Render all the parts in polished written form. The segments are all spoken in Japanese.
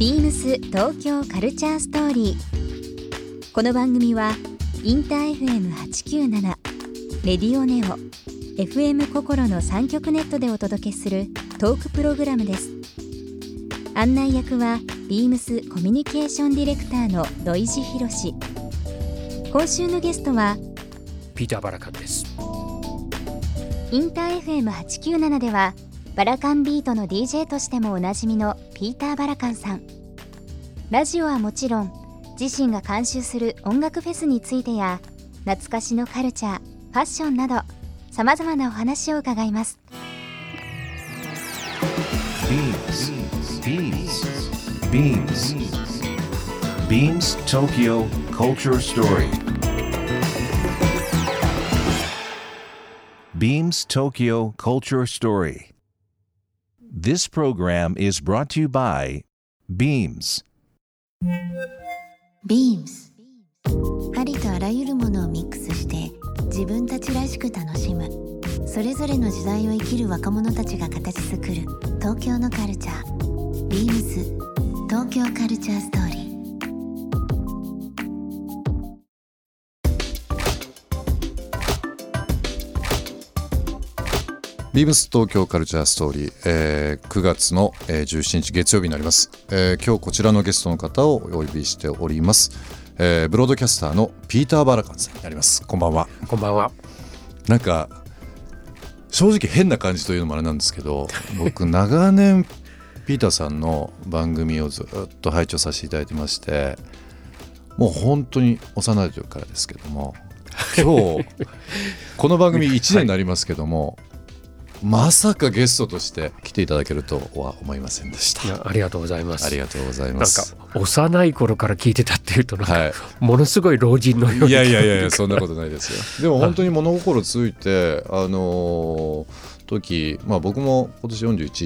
ビームス東京カルチャーストーリー。この番組はインター FM897 レディオネオ FM 心の3極ネットでお届けするトークプログラムです。案内役はビームスコミュニケーションディレクターの土井博志。今週のゲストはピーター・バラカンです。 インター FM897 ではバラカンビートの DJ としてもおなじみのピーター・バラカンさん。ラジオはもちろん自身が監修する音楽フェスについてや懐かしのカルチャー、ファッションなどさまざまなお話を伺います。 Beams Tokyo Culture Story. Beams Tokyo Culture Story. This program is brought to you by Beams. Beams ありとあらゆるものをミックスして自分たちらしく楽しむ、それぞれの時代を生きる若者たちが形作る東京のカルチャー。 Beams 東京カルチャーストーリー。 ビームス東京カルチャーストーリー、9月の、17日月曜日になります。今日こちらのゲストの方をお呼びしております。ブロードキャスターのピーター・バラカンさんになります。こんばんは。 こんばんは。 なんか正直変な感じというのもあれなんですけど、僕長年ピーターさんの番組をずっと拝聴させていただいてまして、もう本当に幼い時からですけども、今日この番組1年になりますけども、まさかゲストとして来ていただけるとは思いませんでした。 いや、ありがとうございます。 ありがとうございます。 なんか幼い頃から聞いてたっていうとなんか、ものすごい老人のように。 いやそんなことないですよ。でも本当に物心ついて時、僕も今年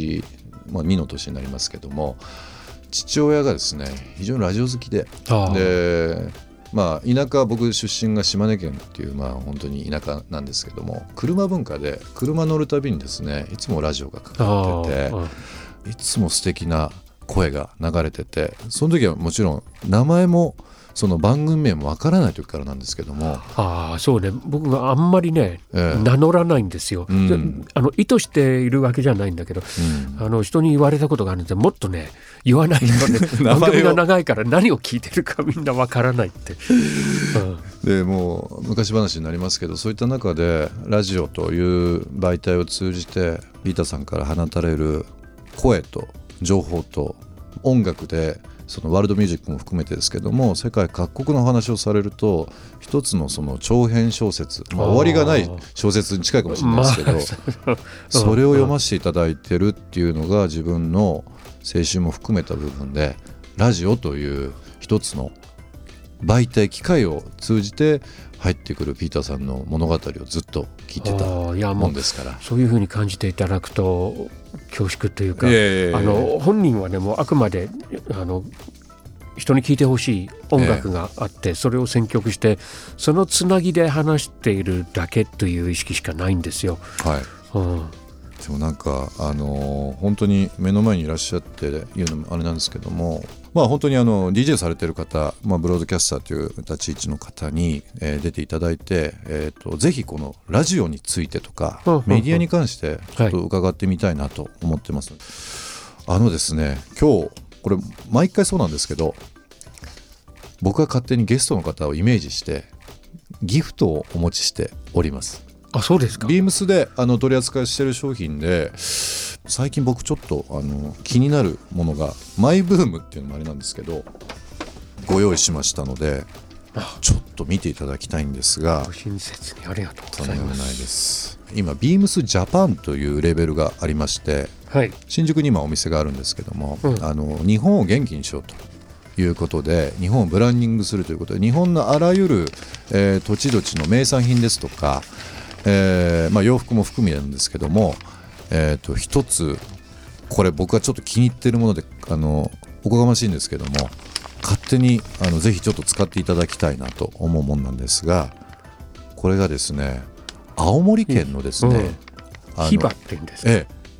41、2の年になりますけども、父親がですね非常にラジオ好きで、田舎、僕出身が島根県っていう、本当に田舎なんですけども、車文化で車乗るたびにですねいつもラジオがかかってて、いつも素敵な声が流れてて、その時はもちろん名前もその番組名もわからない時からなんですけども。 そうね、僕があんまりね、名乗らないんですよ、意図しているわけじゃないんだけど、人に言われたことがあるんで、もっとね言わないとね番組が長いから何を聞いてるかみんなわからないって、 でもう昔話になりますけど、そういった中でラジオという媒体を通じてピーターさんから放たれる声と情報と音楽で、そのワールドミュージックも含めてですけども、世界各国のお話をされると、一つのその長編小説、終わりがない小説に近いかもしれないですけど、それを読ませていただいてるっていうのが自分の青春も含めた部分で、ラジオという一つの媒体、機械を通じて入ってくるピーターさんの物語をずっと聞いてたもんですから、 そういうふうに感じていただくと恐縮というか、本人はね、もうあくまで人に聴いてほしい音楽があって、それを選曲してそのつなぎで話しているだけという意識しかないんですよ。 でもなんか本当に目の前にいらっしゃって言うのもあれなんですけども、本当にDJ されてる方、ブロードキャスターという立ち位置の方に、出ていただいて、ぜひこのラジオについてとか、メディアに関してちょっと伺ってみたいなと思ってます。ですね、今日これ毎回そうなんですけど、僕が勝手にゲストの方をイメージしてギフトをお持ちしております。 そうですか。 ビームスで取り扱いしている商品で、最近僕ちょっと気になるものが、マイブームっていうのもあれなんですけどご用意しましたので、ちょっと見ていただきたいんですが。 親切にありがとうございます。 とんでもないです。今ビームスジャパンというレベルがありまして、新宿に今お店があるんですけども、日本を元気にしようということで、日本をブランディングするということで、日本のあらゆる、土地土地の名産品ですとか、洋服も含めなんですけども、一つこれ僕がちょっと気に入っているもので、おこがましいんですけども、勝手にぜひちょっと使っていただきたいなと思うもんなんですが、これがですね、青森県のですね、 ヒバって言うんですか。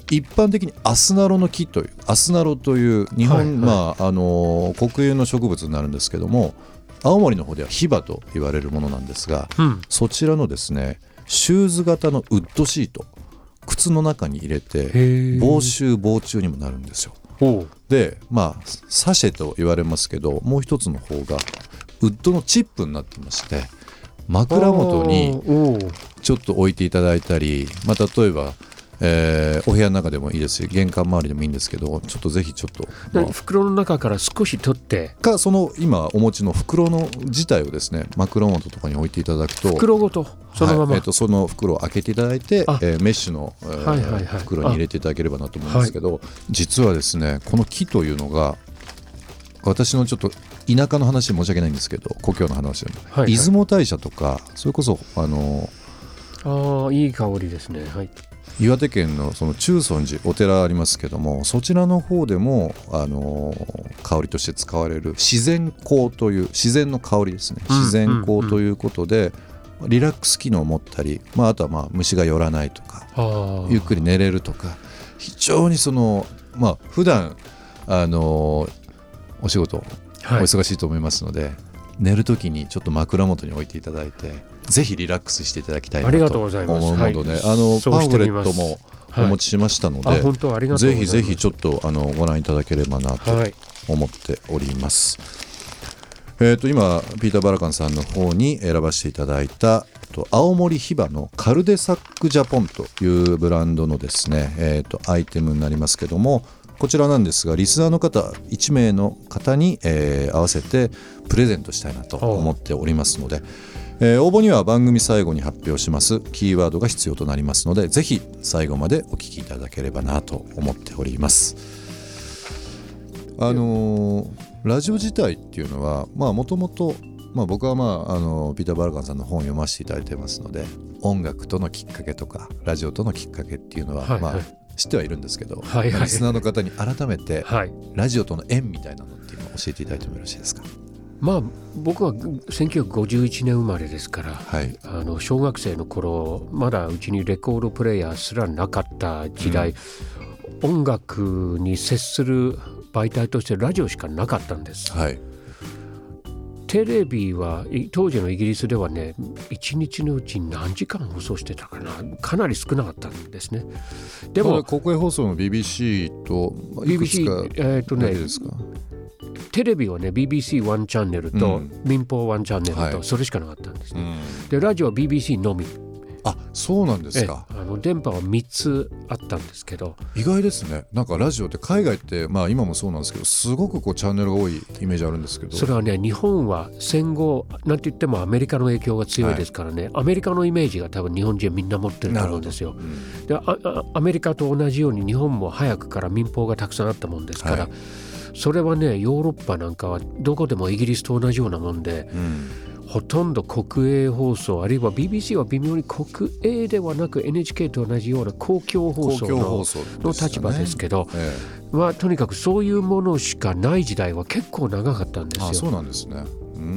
一般的にアスナロの木というアスナロという日本、国有の植物になるんですけども、青森の方ではヒバと言われるものなんですが、そちらのですねシューズ型のウッドシート、靴の中に入れて防臭防虫にもなるんですよ。でサシェと言われますけど、もう一つの方がウッドのチップになってまして、枕元にちょっと置いていただいたり、例えばお部屋の中でもいいですし、玄関周りでもいいんですけど、ちょっとぜひちょっと、 袋の中から少し取ってか、その今お持ちの袋の自体をですね枕元とかに置いていただくと、 袋ごとそのまま、 その袋を開けていただいて、メッシュの、袋に入れていただければなと思うんですけど、実はですねこの木というのが、私のちょっと田舎の話申し訳ないんですけど、故郷の話、出雲大社とか、それこそいい香りですね。 岩手県のその中尊寺お寺ありますけども、そちらの方でも香りとして使われる自然香という自然の香りですね、自然香ということで、リラックス機能を持ったり、あとは虫が寄らないとか、ゆっくり寝れるとか、非常にその普段お仕事お忙しいと思いますので、寝るときにちょっと枕元に置いていただいて、ぜひリラックスしていただきたいなと思うので、パンフレットもお持ちしましたので、ぜひぜひちょっとご覧いただければなと思っております。今ピーター・バラカンさんの方に選ばせていただいた青森ヒバのカルデサックジャポンというブランドのですね、アイテムになりますけども、こちらなんですが、リスナーの方1名の方に、合わせてプレゼントしたいなと思っておりますので、応募には番組最後に発表しますキーワードが必要となりますので、ぜひ最後までお聞きいただければなと思っております。ラジオ自体っていうのはもともと僕はピーター・バラカンさんの本を読ませていただいてますので、音楽とのきっかけとかラジオとのきっかけっていうのは、知ってはいるんですけど、リスナーの方に改めて、ラジオとの縁みたいなのっていうのを教えていただいてもよろしいですか。 僕は1951年生まれですから、小学生の頃、まだうちにレコードプレーヤーすらなかった時代、音楽に接する媒体としてラジオしかなかったんです。テレビは当時のイギリスではね、1日のうちに何時間放送してたかな、かなり少なかったんですね。でも国営放送の BBC といくつかですか。 テレビはね BBC1 チャンネルと、民放1チャンネルと、それしかなかったんですね。でラジオは BBC のみ。 そうなんですか。 電波は3つあったんですけど、 意外ですね。なんかラジオって海外って今もそうなんですけど、すごくチャンネルが多いイメージあるんですけど、 それはね、日本は戦後なんて言ってもアメリカの影響が強いですからね、アメリカのイメージが多分日本人みんな持ってると思うんですよ。でアメリカと同じように日本も早くから民放がたくさんあったもんですから、それはね、ヨーロッパなんかはどこでもイギリスと同じようなもんで、ほとんど国営放送、あるいは BBC は微妙に国営ではなく NHK と同じような公共放送 の立場ですけど、とにかくそういうものしかない時代は結構長かったんですよ。 そうなんですね。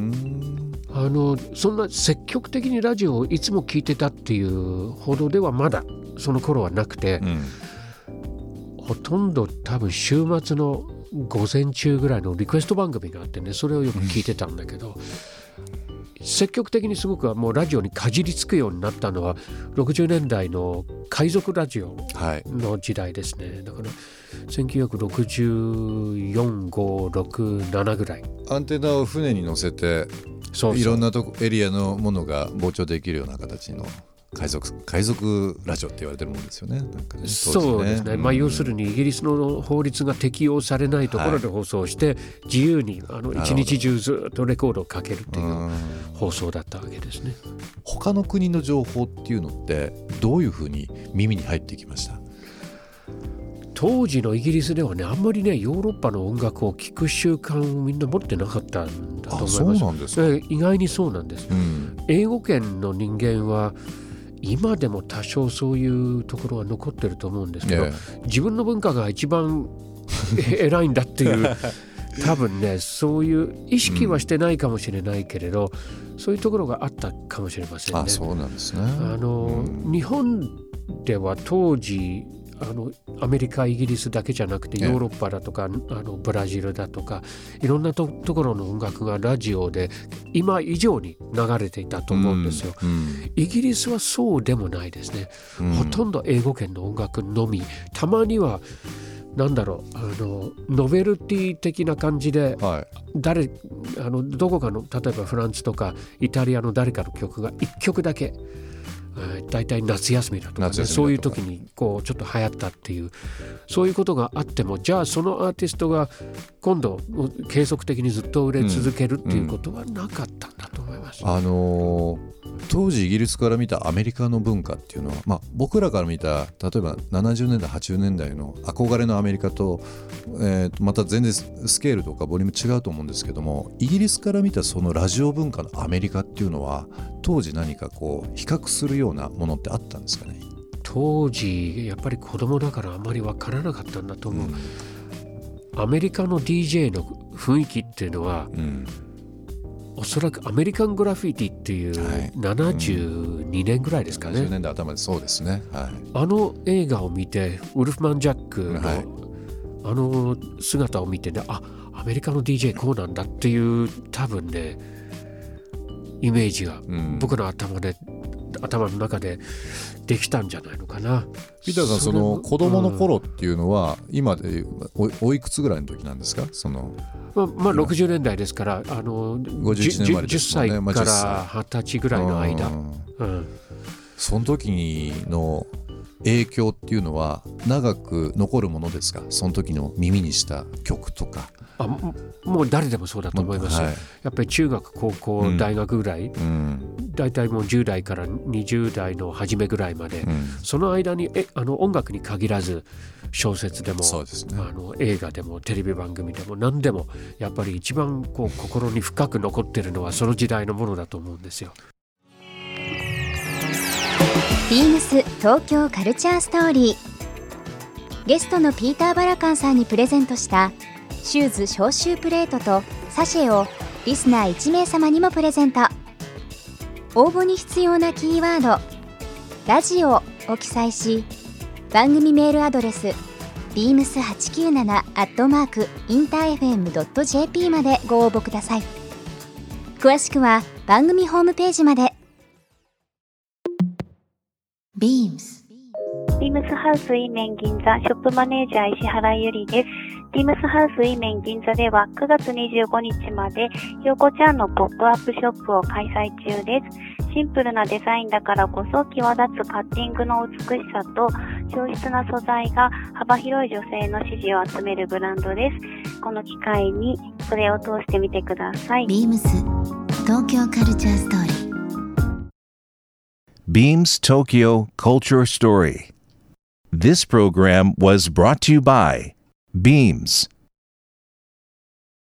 そんな積極的にラジオをいつも聞いてたっていうほどではまだその頃はなくて、ほとんど多分週末の午前中ぐらいのリクエスト番組があってね、それをよく聞いてたんだけど、積極的にすごくもうラジオにかじりつくようになったのは60年代の海賊ラジオの時代ですね。だから1964、5、6、7ぐらい。 アンテナを船に乗せていろんなエリアのものが傍聴できるような形の海賊ラジオって言われてるもんですよね。 そうですね。要するにイギリスの法律が適用されないところで放送して、自由に一日中ずっとレコードをかけるっていう放送だったわけですね。 他の国の情報っていうのってどういうふうに耳に入ってきました？ 当時のイギリスではね、あんまりねヨーロッパの音楽を聴く習慣をみんな持ってなかったんだと思います。 そうなんですか。 意外にそうなんです。英語圏の人間は今でも多少そういうところは残ってると思うんですけど、自分の文化が一番偉いんだっていう多分ね、そういう意識はしてないかもしれないけれど、そういうところがあったかもしれませんね。 そうなんですね。 日本では当時アメリカイギリスだけじゃなくてヨーロッパだとかブラジルだとかいろんなところの音楽がラジオで今以上に流れていたと思うんですよ、イギリスはそうでもないですね、ほとんど英語圏の音楽のみ、たまにはなんだろうノベルティ的な感じで、どこかの例えばフランスとかイタリアの誰かの曲が1曲だけだいたい夏休みだとか、ね、そういう時にこうちょっと流行ったっていうそういうことがあっても、じゃあそのアーティストが今度継続的にずっと売れ続けるっていうことはなかったんだと思います、 当時イギリスから見たアメリカの文化っていうのは、僕らから見た例えば70年代80年代の憧れのアメリカと、また全然スケールとかボリューム違うと思うんですけども、イギリスから見たそのラジオ文化のアメリカっていうのは当時何かこう比較するようなものってあったんですかね。 当時やっぱり子供だからあまり分からなかったんだと思う、アメリカの DJ の雰囲気っていうのは、おそらくアメリカングラフィティっていう72年ぐらいですかね、 70年代頭でそうですね、 あの映画を見てウルフマン・ジャックの、あの姿を見てね、アメリカの DJ こうなんだっていう多分ねイメージが僕の頭の中でできたんじゃないのかな。 ピーターさん、その子供の頃っていうのは今で おいくつぐらいの時なんですか？その 60年代ですから 51年生まれですもんね、 10歳から20歳ぐらいの間、 その時の影響っていうのは長く残るものですか？その時の耳にした曲とか。 もう誰でもそうだと思います、やっぱり中学高校、大学ぐらい、だいたいもう10代から20代の初めぐらいまで、その間に音楽に限らず小説でもそうですね、 映画でもテレビ番組でも何でもやっぱり一番こう心に深く残ってるのはその時代のものだと思うんですよ。 ビームス東京カルチャーストーリー、ゲストのピーター・バラカンさんにプレゼントしたシューズ消臭プレートとサシェをリスナー1名様にもプレゼント。応募に必要なキーワードラジオを記載し、番組メールアドレス beams897@interfm.jp までご応募ください。詳しくは番組ホームページまで。 BEAMS ビームスハウスイーメン銀座ショップマネージャー石原ゆりです。ビームスハウスイーメン銀座では9月25日までひよこちゃんのポップアップショップを開催中です。シンプルなデザインだからこそ際立つカッティングの美しさと上質な素材が幅広い女性の支持を集めるブランドです。この機会にそれを通してみてください。 BEAMS 東京カルチャーストーリー。 Beams Tokyo Culture Story. This program was brought to you by Beams.